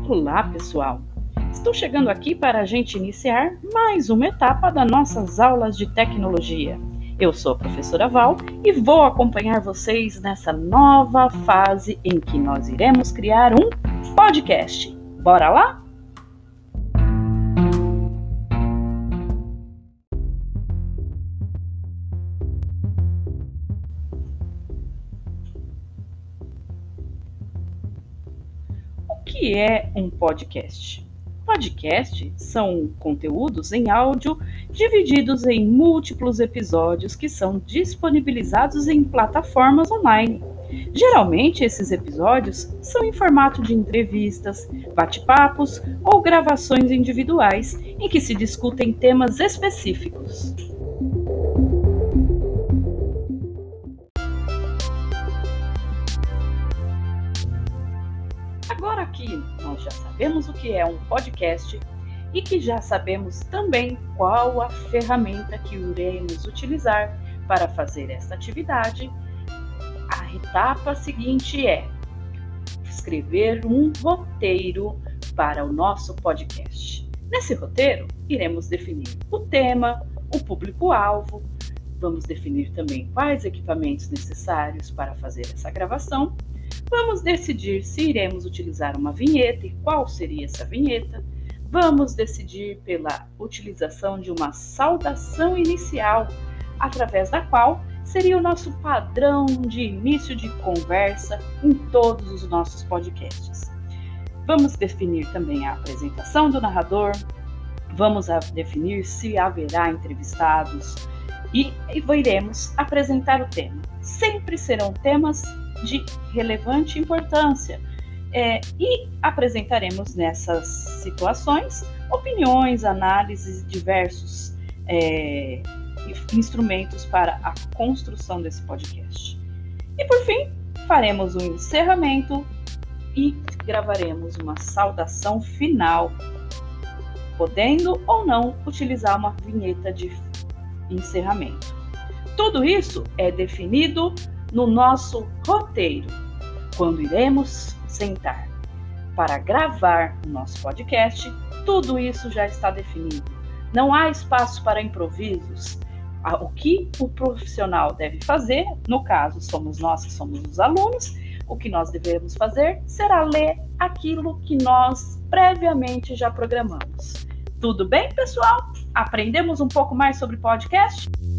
Olá, pessoal! Estou chegando aqui para a gente iniciar mais uma etapa das nossas aulas de tecnologia. Eu sou a professora Val e vou acompanhar vocês nessa nova fase em que nós iremos criar um podcast. Bora lá? O que é um podcast? Podcast são conteúdos em áudio divididos em múltiplos episódios que são disponibilizados em plataformas online. Geralmente, esses episódios são em formato de entrevistas, bate-papos ou gravações individuais em que se discutem temas específicos. Agora que nós já sabemos o que é um podcast e que já sabemos também qual a ferramenta que iremos utilizar para fazer esta atividade, a etapa seguinte é escrever um roteiro para o nosso podcast. Nesse roteiro, iremos definir o tema, o público-alvo, vamos definir também quais equipamentos necessários para fazer essa gravação. Vamos decidir se iremos utilizar uma vinheta e qual seria essa vinheta. Vamos decidir pela utilização de uma saudação inicial, através da qual seria o nosso padrão de início de conversa em todos os nossos podcasts. Vamos definir também a apresentação do narrador, vamos definir se haverá entrevistados e iremos apresentar o tema. Sempre serão temas de relevante importância e apresentaremos nessas situações opiniões, análises e diversos instrumentos para a construção desse podcast. E por fim, faremos um encerramento e gravaremos uma saudação final, podendo ou não utilizar uma vinheta de encerramento. Tudo isso é definido no nosso roteiro, quando iremos sentar para gravar o nosso podcast. Tudo isso já está definido. Não há espaço para improvisos. O que o profissional deve fazer, no caso somos nós que somos os alunos, o que nós devemos fazer será ler aquilo que nós previamente já programamos. Tudo bem, pessoal? Aprendemos um pouco mais sobre podcast?